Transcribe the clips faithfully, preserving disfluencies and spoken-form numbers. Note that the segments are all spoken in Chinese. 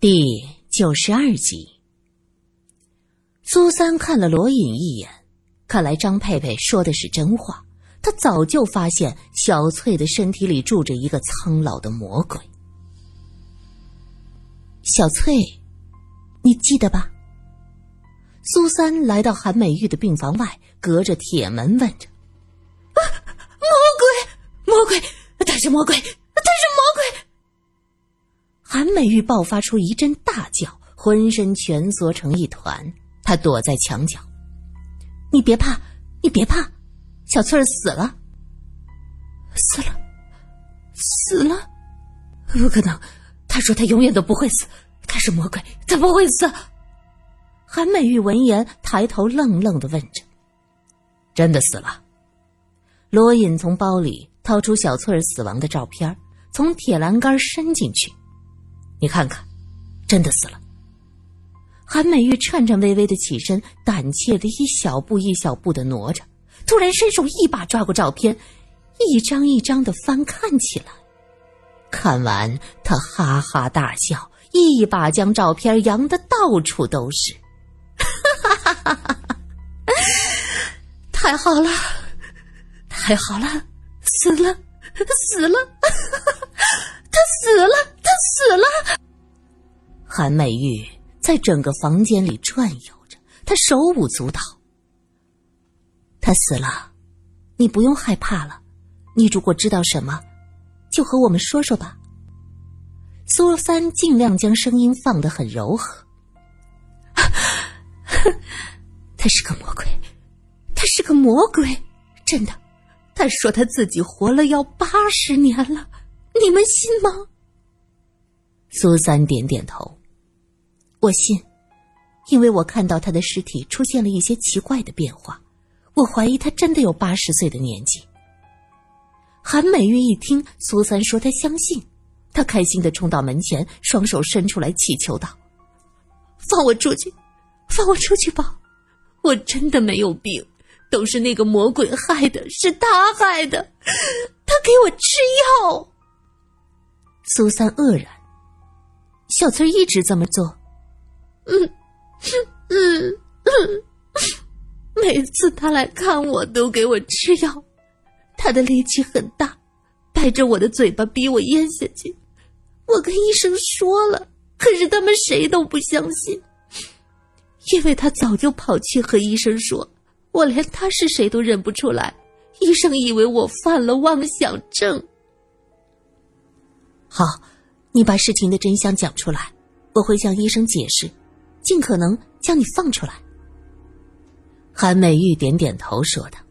第九十二集。苏三看了罗隐一眼，看来张佩佩说的是真话，他早就发现小翠的身体里住着一个苍老的魔鬼。小翠，你记得吧？苏三来到韩美玉的病房外，隔着铁门问着：啊，魔鬼，魔鬼，他是魔鬼，他是魔鬼！韩美玉爆发出一阵大叫，浑身蜷缩成一团，她躲在墙角。你别怕，你别怕，小翠儿死了。死了？死了？不可能，她说她永远都不会死，她是魔鬼，她不会死。韩美玉闻言抬头愣愣地问着：真的死了？罗隐从包里掏出小翠儿死亡的照片，从铁栏杆伸进去，你看看，真的死了。韩美玉颤颤巍巍地起身，胆怯地一小步一小步地挪着，突然伸手一把抓过照片，一张一张地翻看起来。看完他哈哈大笑，一把将照片扬得到处都是。太好了，太好了，死了，死了，他死了，他死了。韩美玉在整个房间里转悠着，她手舞足蹈。他死了，你不用害怕了，你如果知道什么，就和我们说说吧。苏三尽量将声音放得很柔和。他是个魔鬼，他是个魔鬼，真的，他说他自己活了要八十年了，你们信吗？苏三点点头。我信，因为我看到他的尸体出现了一些奇怪的变化，我怀疑他真的有八十岁的年纪。韩美玉一听苏三说他相信，他开心地冲到门前，双手伸出来祈求道：放我出去，放我出去吧，我真的没有病，都是那个魔鬼害的，是他害的，他给我吃药。苏三愕然，小翠一直这么做。嗯嗯嗯，每次他来看我都给我吃药，他的力气很大，掰着我的嘴巴逼我咽下去。我跟医生说了，可是他们谁都不相信，因为他早就跑去和医生说，我连他是谁都认不出来，医生以为我犯了妄想症。好，你把事情的真相讲出来，我会向医生解释，尽可能将你放出来。韩美玉点点头说道：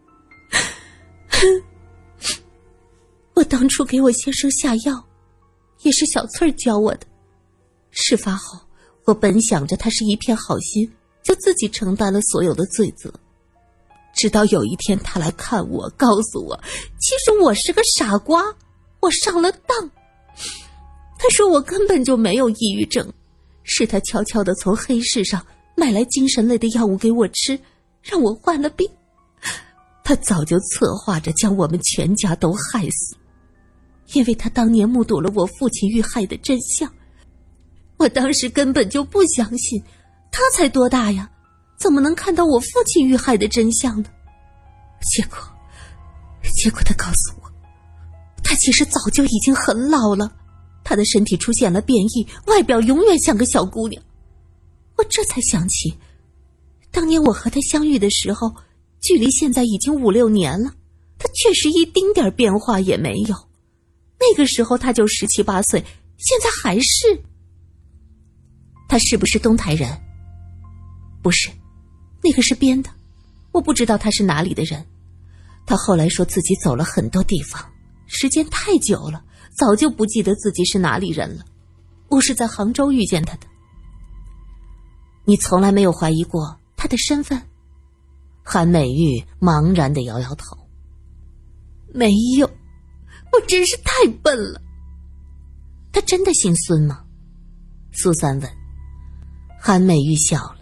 我当初给我先生下药，也是小翠儿教我的。事发后，我本想着他是一片好心，就自己承担了所有的罪责。直到有一天他来看我，告诉我，其实我是个傻瓜，我上了当。他说我根本就没有抑郁症，是他悄悄地从黑市上买来精神类的药物给我吃，让我患了病。他早就策划着将我们全家都害死，因为他当年目睹了我父亲遇害的真相。我当时根本就不相信，他才多大呀，怎么能看到我父亲遇害的真相呢？结果，结果他告诉我，他其实早就已经很老了，他的身体出现了变异，外表永远像个小姑娘。我这才想起，当年我和他相遇的时候，距离现在已经五六年了，他确实一丁点变化也没有。那个时候他就十七八岁，现在还是。他是不是东台人？不是，那个是编的，我不知道他是哪里的人。他后来说自己走了很多地方，时间太久了，早就不记得自己是哪里人了。我是在杭州遇见他的。你从来没有怀疑过他的身份？韩美玉茫然地摇摇头。没有，我真是太笨了。他真的姓孙吗？苏三问。韩美玉笑了。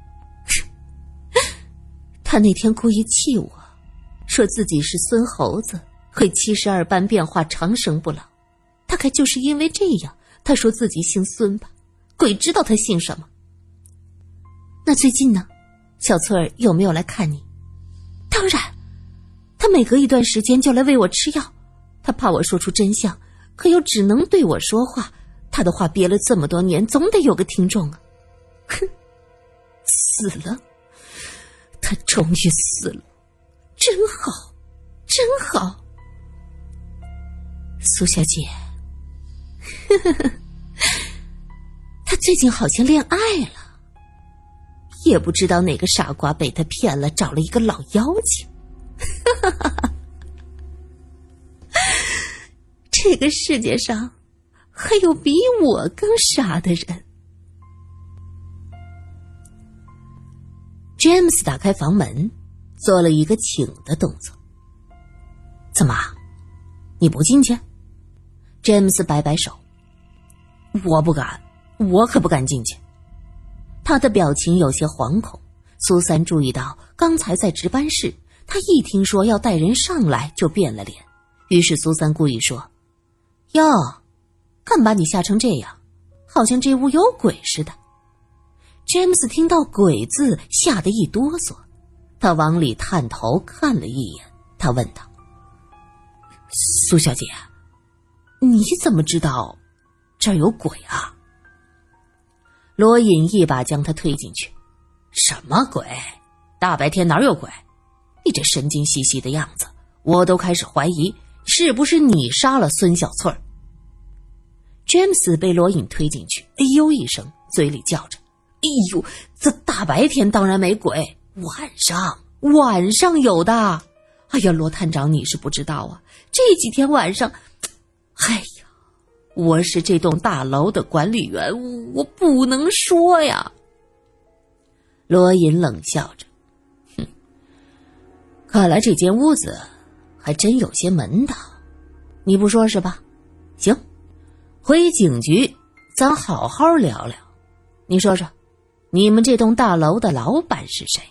他那天故意气我，说自己是孙猴子，会七十二般变化，长生不老。大概就是因为这样，他说自己姓孙吧， 鬼知道他姓什么。那最近呢，小翠儿有没有来看你？当然，他每隔一段时间就来喂我吃药，他怕我说出真相，可又只能对我说话，他的话憋了这么多年，总得有个听众啊。哼，死了，他终于死了，真好，真好。苏小姐，呵呵，他最近好像恋爱了，也不知道哪个傻瓜被他骗了，找了一个老妖精。这个世界上还有比我更傻的人。詹姆斯打开房门，做了一个请的动作。怎么，你不进去？詹姆斯摆摆手。我不敢，我可不敢进去。他的表情有些惶恐。苏珊注意到刚才在值班室，他一听说要带人上来就变了脸，于是苏珊故意说：哟，干把你吓成这样，好像这屋有鬼似的。詹姆斯听到鬼字吓得一哆嗦，他往里探头看了一眼，他问道：苏小姐，你怎么知道这儿有鬼啊？罗隐一把将他推进去。什么鬼？大白天哪有鬼？你这神经兮兮的样子，我都开始怀疑是不是你杀了孙小翠儿。詹姆斯被罗隐推进去，哎呦一声，嘴里叫着：哎呦，这大白天当然没鬼，晚上晚上有的。哎呀，罗探长你是不知道啊，这几天晚上，哎呀，我是这栋大楼的管理员，我不能说呀。罗隐冷笑着，哼，看来这间屋子还真有些门道，你不说是吧？行，回警局咱好好聊聊。你说说，你们这栋大楼的老板是谁？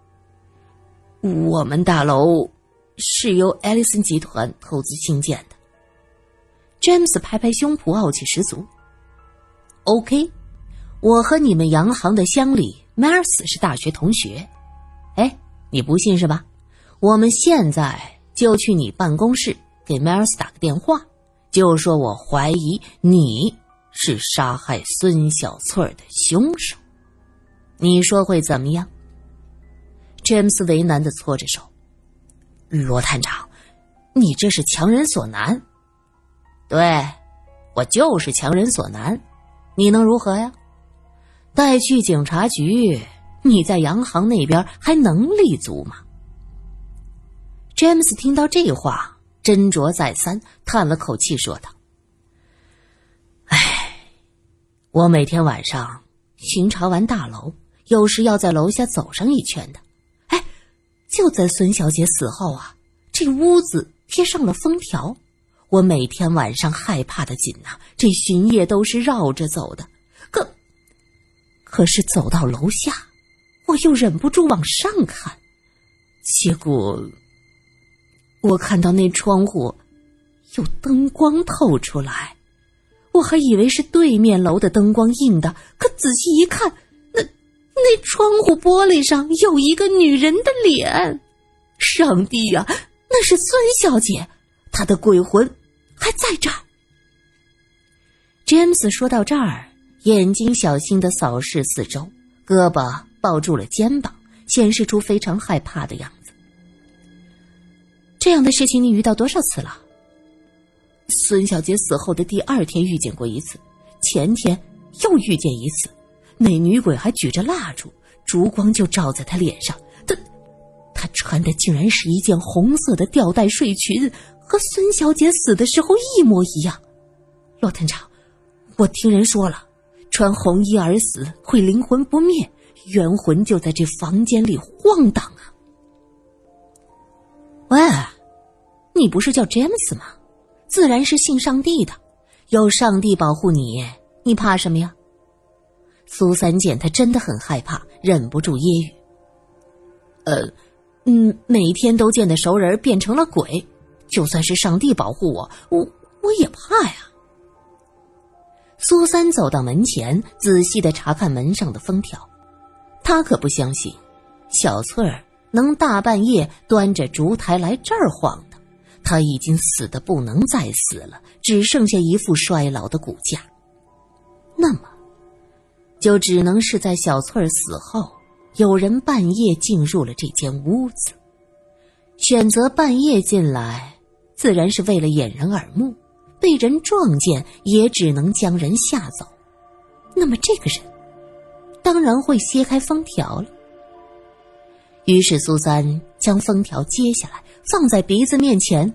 我们大楼是由艾利森集团投资兴建的。詹姆斯拍拍胸脯，傲气十足。OK， 我和你们洋行的乡里迈尔斯是大学同学。哎，你不信是吧？我们现在就去你办公室给迈尔斯打个电话，就说我怀疑你是杀害孙小翠的凶手。你说会怎么样？詹姆斯为难地搓着手。罗探长，你这是强人所难。对，我就是强人所难，你能如何呀？带去警察局，你在洋行那边还能立足吗？詹姆斯听到这话，斟酌再三，叹了口气说道：唉，我每天晚上巡查完大楼，有时要在楼下走上一圈的。哎，就在孙小姐死后啊，这屋子贴上了封条，我每天晚上害怕的紧啊，这巡夜都是绕着走的。可可是走到楼下，我又忍不住往上看，结果我看到那窗户有灯光透出来，我还以为是对面楼的灯光映的，可仔细一看，那那窗户玻璃上有一个女人的脸。上帝呀，那是孙小姐，她的鬼魂还在这儿。詹姆斯说到这儿，眼睛小心地扫视四周，胳膊抱住了肩膀，显示出非常害怕的样子。这样的事情你遇到多少次了？孙小姐死后的第二天遇见过一次，前天又遇见一次，那女鬼还举着蜡烛，烛光就照在她脸上，她她穿的竟然是一件红色的吊带睡裙，和孙小姐死的时候一模一样。罗探长，我听人说了，穿红衣而死会灵魂不灭，冤魂就在这房间里晃荡啊。喂，你不是叫詹姆斯吗？自然是信上帝的，有上帝保护你，你怕什么呀？苏三见他真的很害怕，忍不住揶揄：呃，嗯，每天都见的熟人变成了鬼，就算是上帝保护我，我我也怕呀。 苏三走到门前，仔细地查看门上的封条。他可不相信小翠儿能大半夜端着烛台来这儿晃的，他已经死得不能再死了，只剩下一副衰老的骨架。那么就只能是在小翠儿死后，有人半夜进入了这间屋子。选择半夜进来，自然是为了掩人耳目，被人撞见也只能将人吓走。那么这个人当然会揭开封条了。于是苏三将封条揭下来，放在鼻子面前，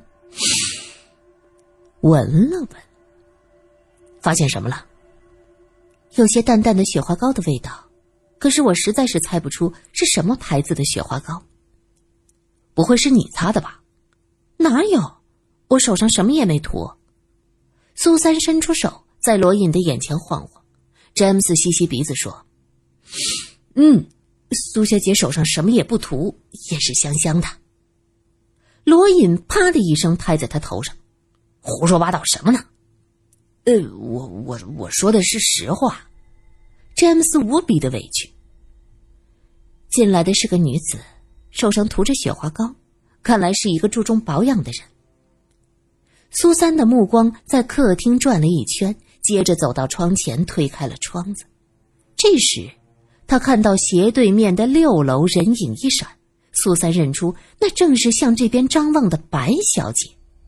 闻了闻。发现什么了？有些淡淡的雪花膏的味道，可是我实在是猜不出是什么牌子的雪花膏。不会是你擦的吧？哪有，我手上什么也没涂。苏三伸出手在罗隐的眼前晃晃。詹姆斯吸吸鼻子说，嗯，苏小姐手上什么也不涂，也是香香的。罗隐啪的一声拍在他头上，胡说八道什么呢？呃，我我我说的是实话。詹姆斯无比的委屈。进来的是个女子，手上涂着雪花膏，看来是一个注重保养的人。苏三的目光在客厅转了一圈，接着走到窗前，推开了窗子。这时他看到斜对面的六楼人影一闪，苏三认出那正是向这边张望的白小姐。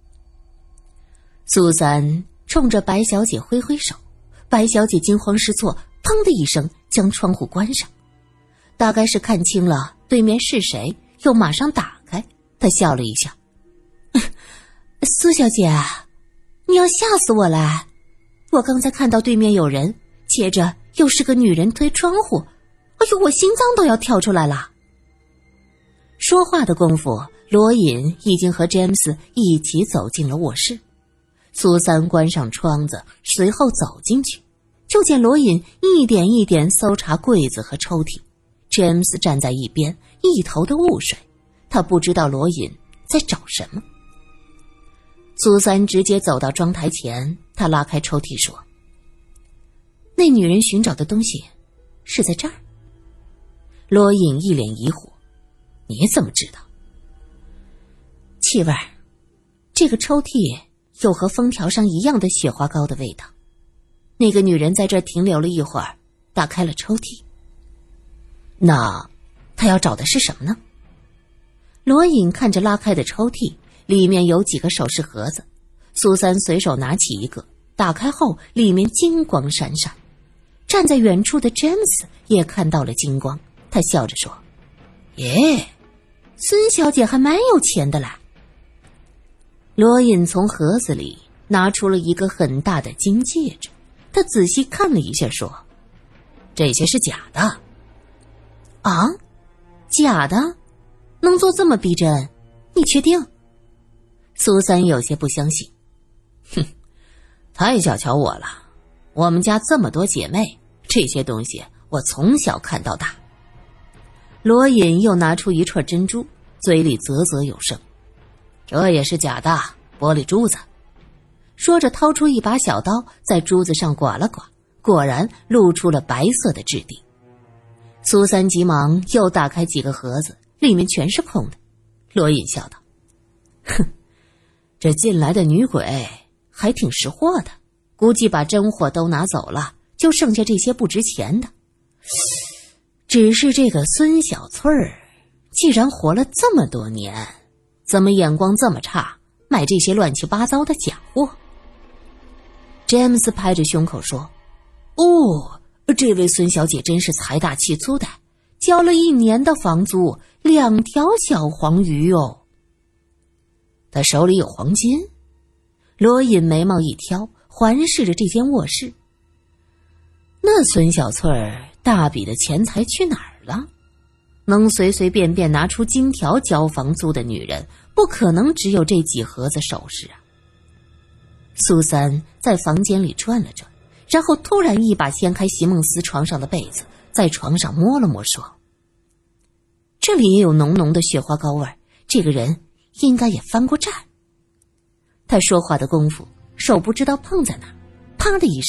苏三冲着白小姐挥挥手，白小姐惊慌失措，砰的一声将窗户关上。大概是看清了对面是谁，又马上打开。她笑了一下，苏小姐，你要吓死我了！我刚才看到对面有人，接着又是个女人推窗户，哎呦，我心脏都要跳出来了。说话的功夫，罗隐已经和詹姆斯一起走进了卧室。苏三关上窗子，随后走进去，就见罗隐一点一点搜查柜子和抽屉。詹姆斯站在一边，一头的雾水，他不知道罗隐在找什么。苏三直接走到妆台前，他拉开抽屉说，那女人寻找的东西是在这儿。罗隐一脸疑惑，你怎么知道？气味，这个抽屉有和封条上一样的雪花膏的味道。那个女人在这儿停留了一会儿，打开了抽屉。那她要找的是什么呢？罗隐看着拉开的抽屉，里面有几个首饰盒子。苏三随手拿起一个，打开后里面金光闪闪。站在远处的詹姆斯也看到了金光，他笑着说，耶，孙小姐还蛮有钱的啦。罗隐从盒子里拿出了一个很大的金戒指，他仔细看了一下说，这些是假的。啊，假的？能做这么逼真？你确定？苏三有些不相信。哼，太小瞧我了，我们家这么多姐妹，这些东西我从小看到大。罗隐又拿出一串珍珠，嘴里啧啧有声，这也是假的，玻璃珠子。说着掏出一把小刀，在珠子上刮了刮，果然露出了白色的质地。苏三急忙又打开几个盒子，里面全是空的。罗隐笑道，哼，这进来的女鬼还挺识货的，估计把真货都拿走了，就剩下这些不值钱的。只是这个孙小翠儿既然活了这么多年，怎么眼光这么差，买这些乱七八糟的假货？詹姆斯拍着胸口说，哦，这位孙小姐真是财大气粗的，交了一年的房租，两条小黄鱼哦。她手里有黄金？罗隐眉毛一挑，环视着这间卧室。那孙小翠儿大笔的钱财去哪儿了？能随随便便拿出金条交房租的女人，不可能只有这几盒子首饰啊。苏三在房间里转了转，然后突然一把掀开席梦思床上的被子，在床上摸了摸说，这里也有浓浓的雪花膏味，这个人应该也翻过站。他说话的功夫，手不知道碰在哪，啪的一声，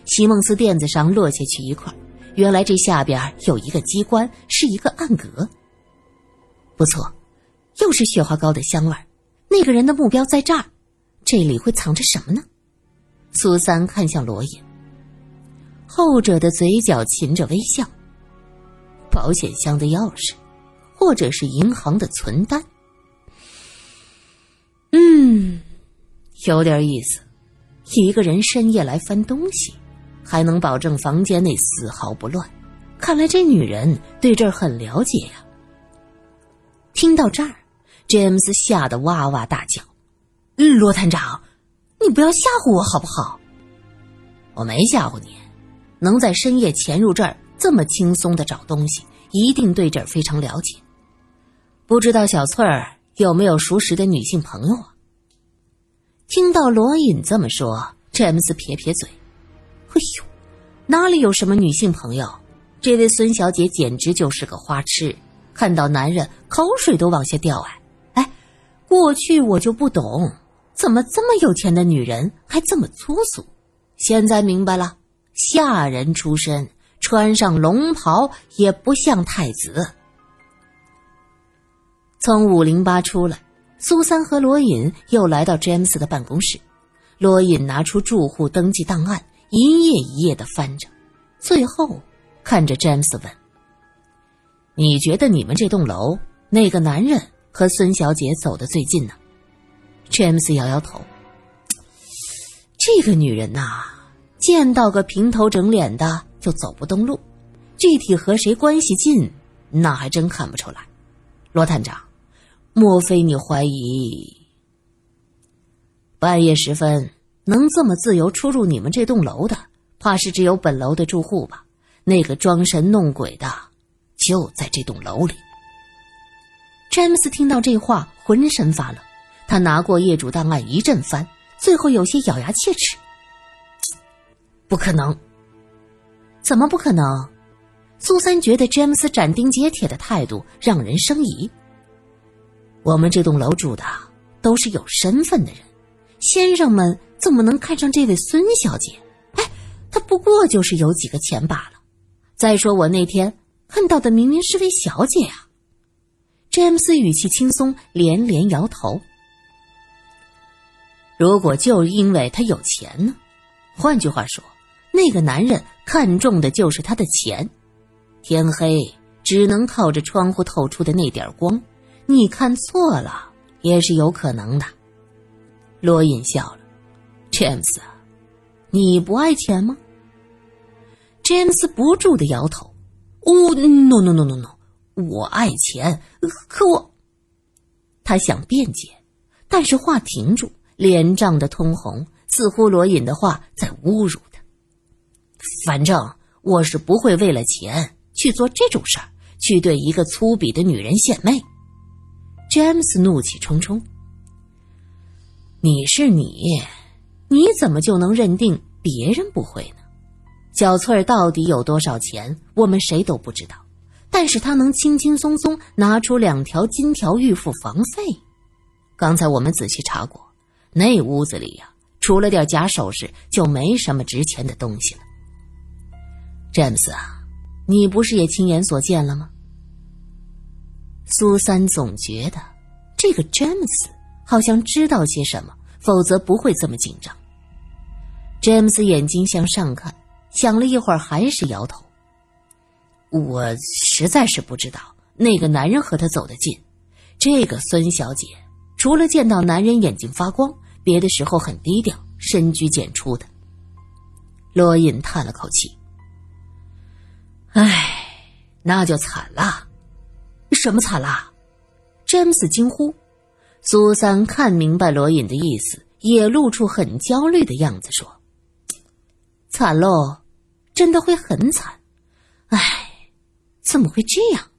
席梦思垫子上落下去一块，原来这下边有一个机关，是一个暗格。不错，又是雪花膏的香味，那个人的目标在这儿，这里会藏着什么呢？苏三看向罗隐，后者的嘴角噙着微笑。保险箱的钥匙，或者是银行的存单。嗯，有点意思。一个人深夜来翻东西，还能保证房间内丝毫不乱，看来这女人对这儿很了解呀。听到这儿，詹姆斯吓得哇哇大叫：罗探长，你不要吓唬我好不好？我没吓唬你，能在深夜潜入这儿这么轻松地找东西，一定对这儿非常了解。不知道小翠儿有没有熟识的女性朋友啊？听到罗隐这么说，詹姆斯撇撇嘴：哎呦，哪里有什么女性朋友？这位孙小姐简直就是个花痴，看到男人口水都往下掉哎！哎，过去我就不懂，怎么这么有钱的女人还这么粗俗？现在明白了，下人出身，穿上龙袍也不像太子。从五零八出来，苏三和罗隐又来到詹姆斯的办公室。罗隐拿出住户登记档案，一页一页地翻着，最后看着詹姆斯问：你觉得你们这栋楼那个男人和孙小姐走得最近呢？詹姆斯摇摇头：这个女人呐，见到个平头整脸的就走不动路，具体和谁关系近，那还真看不出来。罗探长，莫非你怀疑？半夜时分能这么自由出入你们这栋楼的，怕是只有本楼的住户吧？那个装神弄鬼的就在这栋楼里。詹姆斯听到这话浑身发冷，他拿过业主档案一阵翻，最后有些咬牙切齿：不可能！怎么不可能？苏三觉得詹姆斯斩钉截铁的态度让人生疑。我们这栋楼住的都是有身份的人，先生们怎么能看上这位孙小姐？哎，她不过就是有几个钱罢了。再说我那天看到的明明是位小姐啊！詹姆斯语气轻松，连连摇头。如果就因为他有钱呢？换句话说，那个男人看中的就是他的钱。天黑只能靠着窗户透出的那点光，你看错了也是有可能的。罗隐笑了：詹姆斯，你不爱钱吗？詹姆斯不住地摇头：哦 no no no no no， 我爱钱，可我……他想辩解，但是话停住，脸涨得通红，似乎罗隐的话在侮辱他。反正我是不会为了钱去做这种事儿，去对一个粗鄙的女人献媚。詹姆斯怒气冲冲：你是你，你怎么就能认定别人不会呢？小翠儿到底有多少钱，我们谁都不知道，但是她能轻轻松松拿出两条金条预付房费。刚才我们仔细查过，那屋子里呀、啊，除了点假首饰，就没什么值钱的东西了。詹姆斯啊，你不是也亲眼所见了吗？苏三总觉得这个詹姆斯好像知道些什么，否则不会这么紧张。詹姆斯眼睛向上看，想了一会儿还是摇头：我实在是不知道那个男人和他走得近。这个孙小姐除了见到男人眼睛发光，别的时候很低调，深居简出的。罗隐叹了口气：唉，那就惨了。什么惨了？詹姆斯惊呼。苏三看明白罗隐的意思，也露出很焦虑的样子说：惨喽，真的会很惨。唉，怎么会这样？